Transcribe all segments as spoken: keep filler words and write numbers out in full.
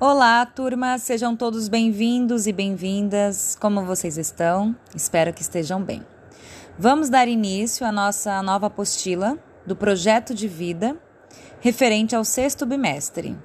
Olá, turma, sejam todos bem-vindos e bem-vindas. Como vocês estão? Espero que estejam bem. Vamos dar início à nossa nova apostila do projeto de vida referente ao sexto bimestre.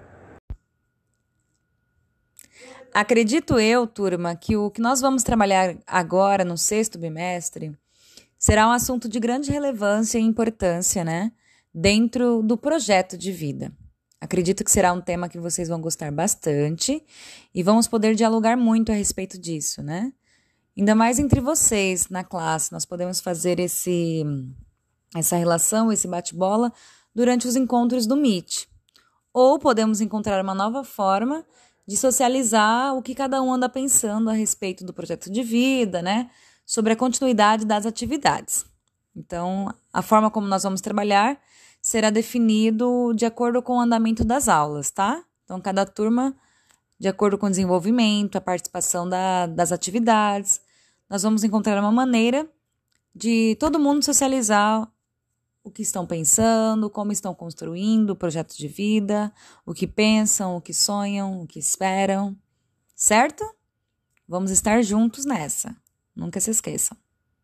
Acredito eu, turma, que o que nós vamos trabalhar agora no sexto bimestre será um assunto de grande relevância e importância, né, dentro do projeto de vida. Acredito que será um tema que vocês vão gostar bastante e vamos poder dialogar muito a respeito disso, né? Ainda mais entre vocês na classe, nós podemos fazer esse, essa relação, esse bate-bola durante os encontros do Meet. Ou podemos encontrar uma nova forma de socializar o que cada um anda pensando a respeito do projeto de vida, né? Sobre a continuidade das atividades. Então, a forma como nós vamos trabalhar será definido de acordo com o andamento das aulas, tá? Então, cada turma, de acordo com o desenvolvimento, a participação da, das atividades, nós vamos encontrar uma maneira de todo mundo socializar o que estão pensando, como estão construindo o projeto de vida, o que pensam, o que sonham, o que esperam, certo? Vamos estar juntos nessa, nunca se esqueçam.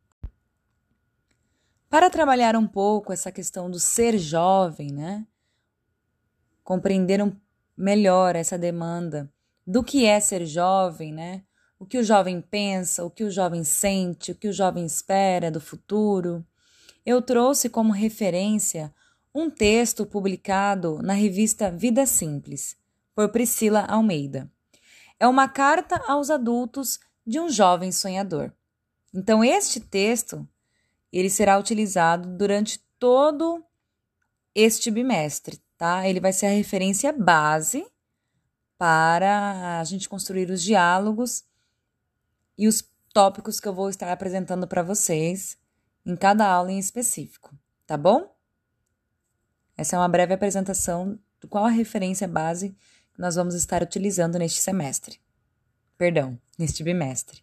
Para trabalhar um pouco essa questão do ser jovem, né? Compreender um, melhor essa demanda do que é ser jovem, né? O que o jovem pensa, o que o jovem sente, o que o jovem espera do futuro. Eu trouxe como referência um texto publicado na revista Vida Simples, por Priscila Almeida. É uma carta aos adultos de um jovem sonhador. Então, este texto ele será utilizado durante todo este bimestre, tá? Ele vai ser a referência base para a gente construir os diálogos e os tópicos que eu vou estar apresentando para vocês em cada aula em específico, tá bom? Essa é uma breve apresentação de qual a referência base que nós vamos estar utilizando neste semestre. Perdão, neste bimestre.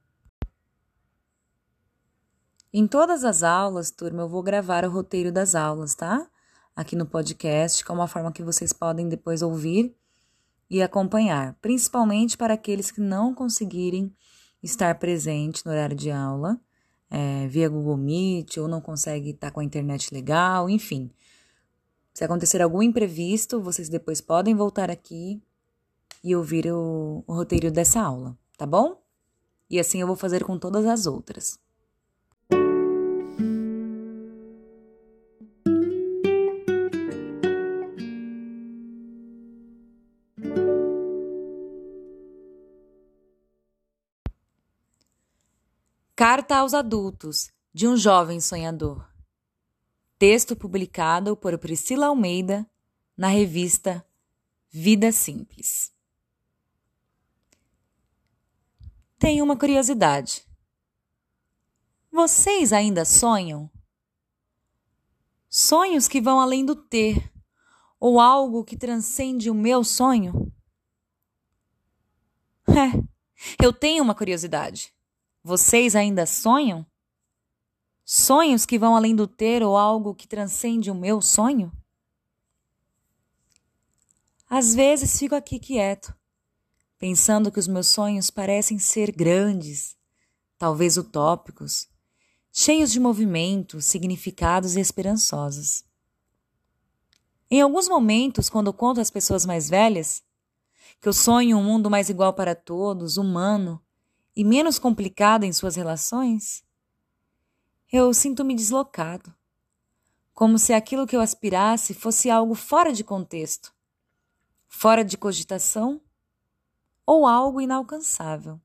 Em todas as aulas, turma, eu vou gravar o roteiro das aulas, tá? Aqui no podcast, que é uma forma que vocês podem depois ouvir e acompanhar, principalmente para aqueles que não conseguirem estar presente no horário de aula, é, via Google Meet, ou não conseguem estar com a internet legal, enfim. Se acontecer algum imprevisto, vocês depois podem voltar aqui e ouvir o, o roteiro dessa aula, tá bom? E assim eu vou fazer com todas as outras. Carta aos adultos, de um jovem sonhador. Texto publicado por Priscila Almeida, na revista Vida Simples. Tenho uma curiosidade. Vocês ainda sonham? Sonhos que vão além do ter, ou algo que transcende o meu sonho? É, eu tenho uma curiosidade. Vocês ainda sonham? Sonhos que vão além do ter ou algo que transcende o meu sonho? Às vezes fico aqui quieto, pensando que os meus sonhos parecem ser grandes, talvez utópicos, cheios de movimento, significados e esperançosos. Em alguns momentos, quando conto às pessoas mais velhas que eu sonho um mundo mais igual para todos, humano, e menos complicado em suas relações, eu sinto-me deslocado, como se aquilo que eu aspirasse fosse algo fora de contexto, fora de cogitação ou algo inalcançável.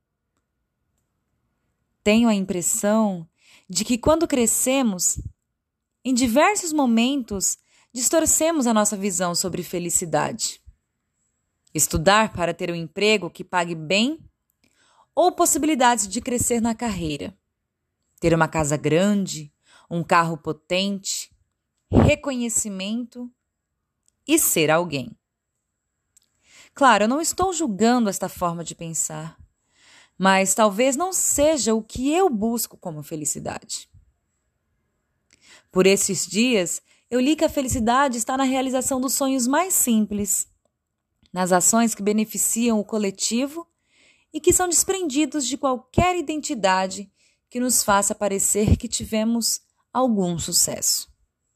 Tenho a impressão de que quando crescemos, em diversos momentos, distorcemos a nossa visão sobre felicidade. Estudar para ter um emprego que pague bem ou possibilidades de crescer na carreira, ter uma casa grande, um carro potente, reconhecimento e ser alguém. Claro, eu não estou julgando esta forma de pensar, mas talvez não seja o que eu busco como felicidade. Por esses dias, eu li que a felicidade está na realização dos sonhos mais simples, nas ações que beneficiam o coletivo e que são desprendidos de qualquer identidade que nos faça parecer que tivemos algum sucesso.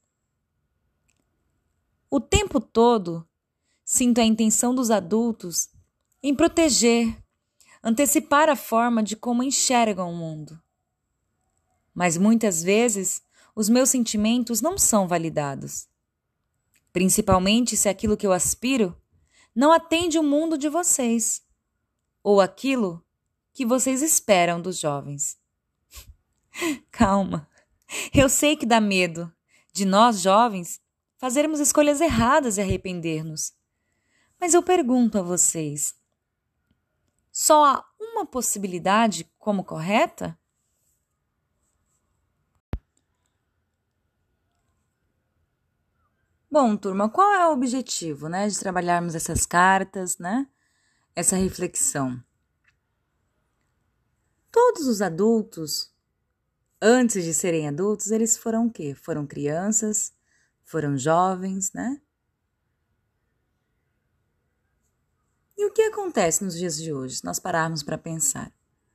O tempo todo, sinto a intenção dos adultos em proteger, antecipar a forma de como enxergam o mundo. Mas muitas vezes, os meus sentimentos não são validados. Principalmente se aquilo que eu aspiro não atende o mundo de vocês, ou aquilo que vocês esperam dos jovens. Calma, eu sei que dá medo de nós, jovens, fazermos escolhas erradas e arrepender-nos. Mas eu pergunto a vocês, só há uma possibilidade como correta? Bom, turma, qual é o objetivo, né, de trabalharmos essas cartas, né, essa reflexão? Todos os adultos, antes de serem adultos, eles foram o quê? Foram crianças, foram jovens, né? E o que acontece nos dias de hoje, se nós pararmos para pensar?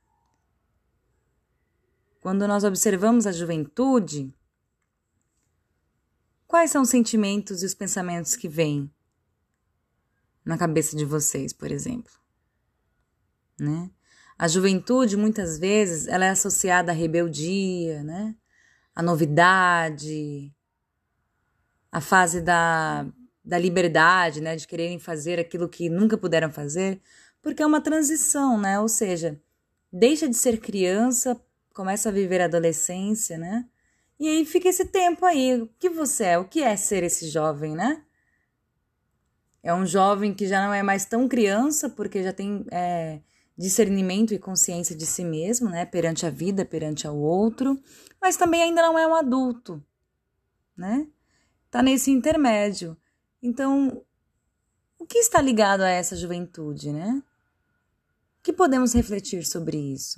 Quando nós observamos a juventude, quais são os sentimentos e os pensamentos que vêm na cabeça de vocês, por exemplo? Né? A juventude, muitas vezes, ela é associada à rebeldia, né? À novidade, à fase da, da liberdade, né? De quererem fazer aquilo que nunca puderam fazer, porque é uma transição, né? Ou seja, deixa de ser criança, começa a viver a adolescência, né? E aí fica esse tempo aí. O que você é? O que é ser esse jovem, né? É um jovem que já não é mais tão criança, porque já tem é, discernimento e consciência de si mesmo, né? Perante a vida, perante ao outro. Mas também ainda não é um adulto, né? Tá nesse intermédio. Então, o que está ligado a essa juventude, né? O que podemos refletir sobre isso?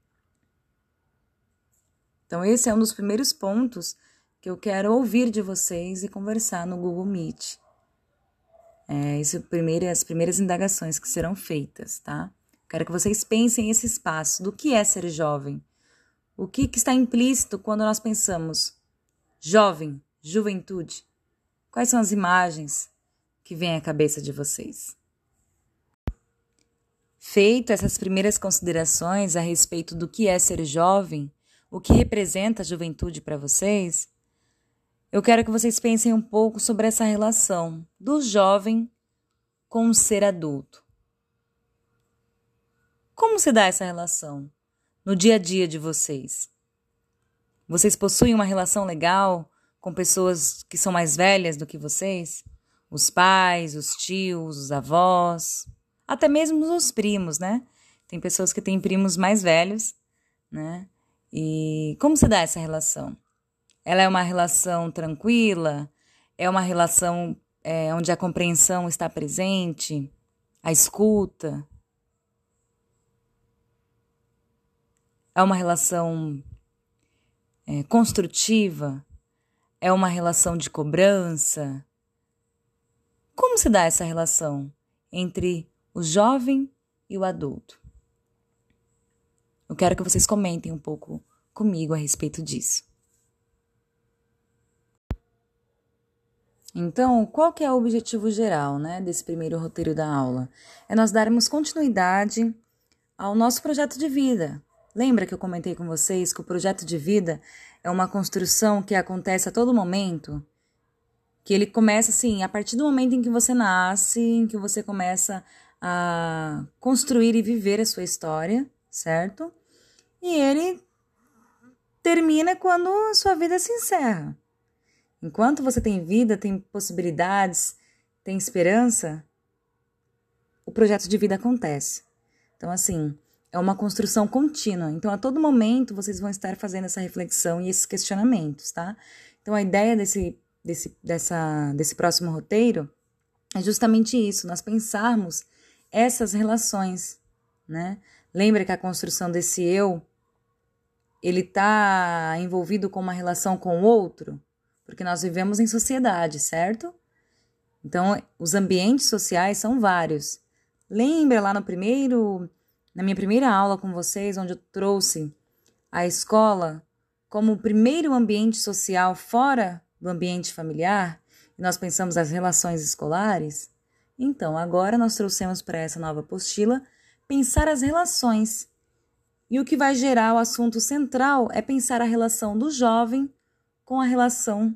Então, esse é um dos primeiros pontos que eu quero ouvir de vocês e conversar no Google Meet. É, isso primeiro, as primeiras indagações que serão feitas, tá? Quero que vocês pensem esse espaço do que é ser jovem. O que, que está implícito quando nós pensamos jovem, juventude? Quais são as imagens que vêm à cabeça de vocês? Feito essas primeiras considerações a respeito do que é ser jovem, o que representa a juventude para vocês, eu quero que vocês pensem um pouco sobre essa relação do jovem com o ser adulto. Como se dá essa relação no dia a dia de vocês? Vocês possuem uma relação legal com pessoas que são mais velhas do que vocês? Os pais, os tios, os avós, até mesmo os primos, né? Tem pessoas que têm primos mais velhos, né? E como se dá essa relação? Ela é uma relação tranquila? É uma relação é, onde a compreensão está presente? A escuta? É uma relação é, construtiva? É uma relação de cobrança? Como se dá essa relação entre o jovem e o adulto? Eu quero que vocês comentem um pouco comigo a respeito disso. Então, qual que é o objetivo geral, né, desse primeiro roteiro da aula? É nós darmos continuidade ao nosso projeto de vida. Lembra que eu comentei com vocês que o projeto de vida é uma construção que acontece a todo momento? Que ele começa, assim, a partir do momento em que você nasce, em que você começa a construir e viver a sua história, certo? E ele termina quando a sua vida se encerra. Enquanto você tem vida, tem possibilidades, tem esperança, o projeto de vida acontece. Então, assim, é uma construção contínua. Então, a todo momento, vocês vão estar fazendo essa reflexão e esses questionamentos, tá? Então, a ideia desse, desse, dessa, desse próximo roteiro é justamente isso, nós pensarmos essas relações, né? Lembra que a construção desse eu, ele está envolvido com uma relação com o outro? Porque nós vivemos em sociedade, certo? Então, os ambientes sociais são vários. Lembra lá no primeiro, na minha primeira aula com vocês, onde eu trouxe a escola como o primeiro ambiente social fora do ambiente familiar, e nós pensamos as relações escolares? Então, agora nós trouxemos para essa nova apostila pensar as relações. E o que vai gerar o assunto central é pensar a relação do jovem com a relação...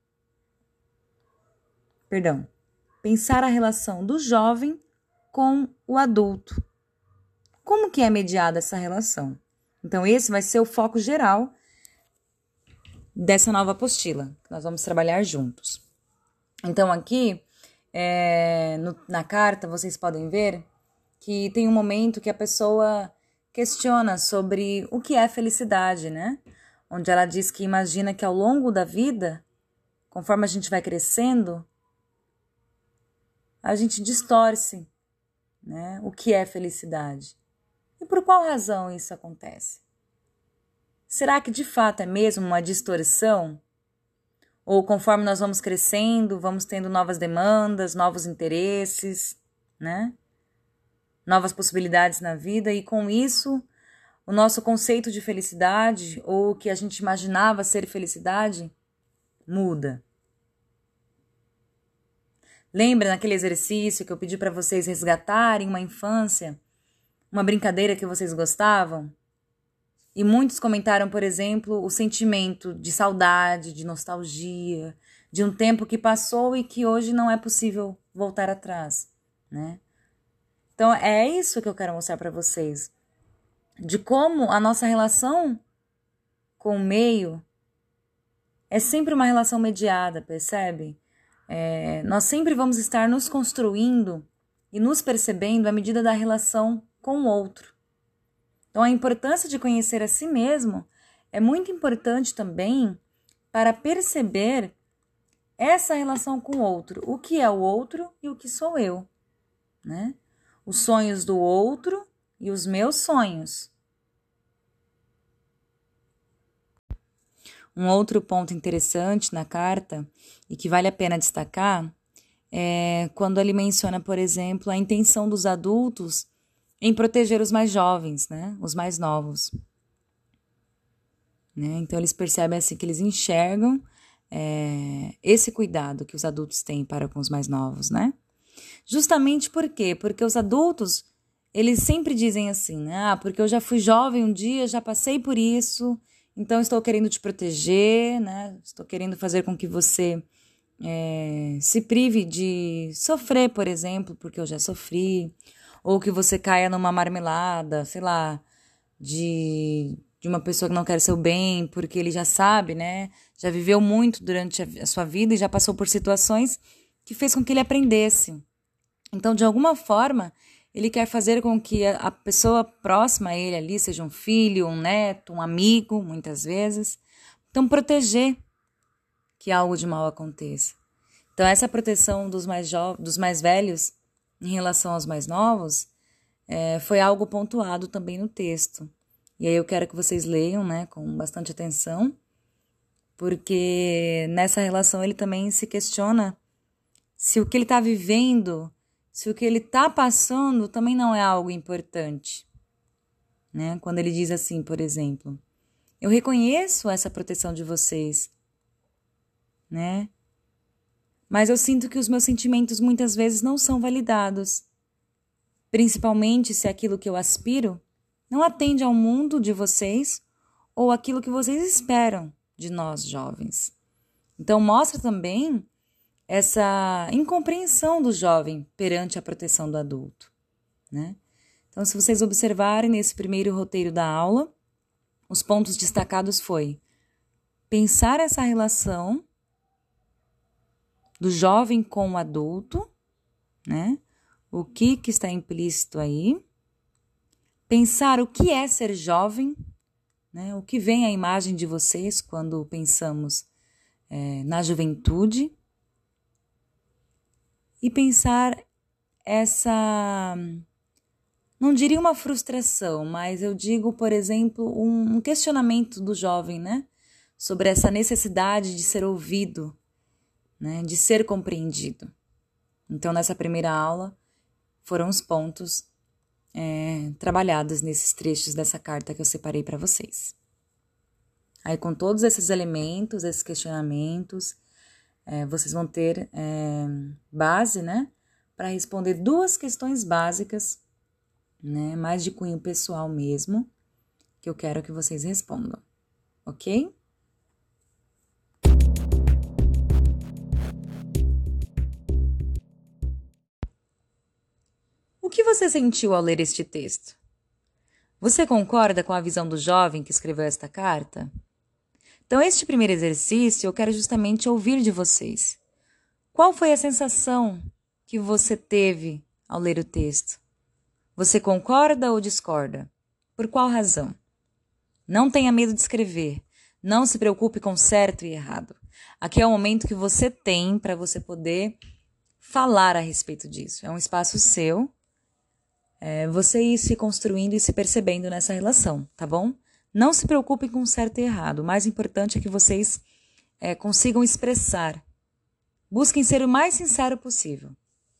Perdão. Pensar a relação do jovem com o adulto. Como que é mediada essa relação? Então, esse vai ser o foco geral dessa nova apostila, que nós vamos trabalhar juntos. Então, aqui, é, no, na carta, vocês podem ver que tem um momento que a pessoa questiona sobre o que é felicidade, né? Onde ela diz que imagina que ao longo da vida, conforme a gente vai crescendo, a gente distorce, né, o que é felicidade. E por qual razão isso acontece? Será que de fato é mesmo uma distorção? Ou conforme nós vamos crescendo, vamos tendo novas demandas, novos interesses, né? Novas possibilidades na vida, e com isso o nosso conceito de felicidade, ou o que a gente imaginava ser felicidade, muda. Lembra naquele exercício que eu pedi para vocês resgatarem uma infância, uma brincadeira que vocês gostavam? E muitos comentaram, por exemplo, o sentimento de saudade, de nostalgia, de um tempo que passou e que hoje não é possível voltar atrás, né? Então, é isso que eu quero mostrar para vocês, de como a nossa relação com o meio é sempre uma relação mediada, percebe? É, nós sempre vamos estar nos construindo e nos percebendo à medida da relação com o outro. Então, a importância de conhecer a si mesmo é muito importante também para perceber essa relação com o outro, o que é o outro e o que sou eu, né? Os sonhos do outro e os meus sonhos. Um outro ponto interessante na carta e que vale a pena destacar é quando ele menciona, por exemplo, a intenção dos adultos em proteger os mais jovens, né? Os mais novos. Né? Então, eles percebem assim que eles enxergam é, esse cuidado que os adultos têm para com os mais novos, né? Justamente por quê? Porque os adultos, eles sempre dizem assim, né? Ah, porque eu já fui jovem um dia, já passei por isso, então estou querendo te proteger, né? Estou querendo fazer com que você é, se prive de sofrer, por exemplo, porque eu já sofri, ou que você caia numa marmelada, sei lá, de, de uma pessoa que não quer seu bem, porque ele já sabe, né? Já viveu muito durante a, a sua vida e já passou por situações que fez com que ele aprendesse. Então, de alguma forma, ele quer fazer com que a, a pessoa próxima a ele ali, seja um filho, um neto, um amigo, muitas vezes, então proteger que algo de mal aconteça. Então, essa proteção dos mais, jo- dos mais velhos em relação aos mais novos, é, foi algo pontuado também no texto. E aí eu quero que vocês leiam, né, com bastante atenção, porque nessa relação ele também se questiona se o que ele está vivendo, se o que ele está passando também não é algo importante. Né? Quando ele diz assim, por exemplo, eu reconheço essa proteção de vocês, né? Mas eu sinto que os meus sentimentos muitas vezes não são validados, principalmente se aquilo que eu aspiro não atende ao mundo de vocês ou aquilo que vocês esperam de nós jovens. Então mostra também essa incompreensão do jovem perante a proteção do adulto, né? Então, se vocês observarem nesse primeiro roteiro da aula, os pontos destacados foi pensar essa relação do jovem com o adulto, né? O que, que está implícito aí. Pensar o que é ser jovem, né? O que vem à imagem de vocês quando pensamos é, na juventude. E pensar essa, não diria uma frustração, mas eu digo, por exemplo, um, um questionamento do jovem, né? Sobre essa necessidade de ser ouvido, né, de ser compreendido. Então, nessa primeira aula, foram os pontos é, trabalhados nesses trechos dessa carta que eu separei para vocês. Aí, com todos esses elementos, esses questionamentos, é, vocês vão ter é, base, né, para responder duas questões básicas, né, mais de cunho pessoal mesmo, que eu quero que vocês respondam, ok? O que você sentiu ao ler este texto? Você concorda com a visão do jovem que escreveu esta carta? Então, este primeiro exercício eu quero justamente ouvir de vocês. Qual foi a sensação que você teve ao ler o texto? Você concorda ou discorda? Por qual razão? Não tenha medo de escrever. Não se preocupe com certo e errado. Aqui é o momento que você tem para você poder falar a respeito disso. É um espaço seu. É você ir se construindo e se percebendo nessa relação, tá bom? Não se preocupem com certo e errado. O mais importante é que vocês é, consigam expressar. Busquem ser o mais sincero possível.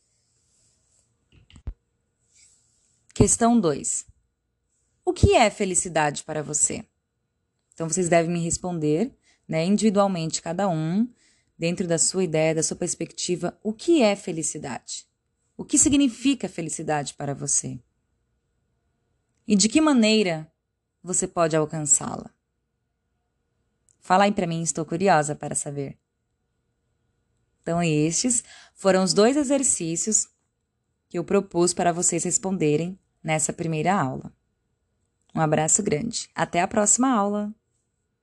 Questão dois. O que é felicidade para você? Então, vocês devem me responder, né, individualmente, cada um, dentro da sua ideia, da sua perspectiva, o que é felicidade? O que significa felicidade para você? E de que maneira você pode alcançá-la? Fala aí para mim, estou curiosa para saber. Então, estes foram os dois exercícios que eu propus para vocês responderem nessa primeira aula. Um abraço grande. Até a próxima aula!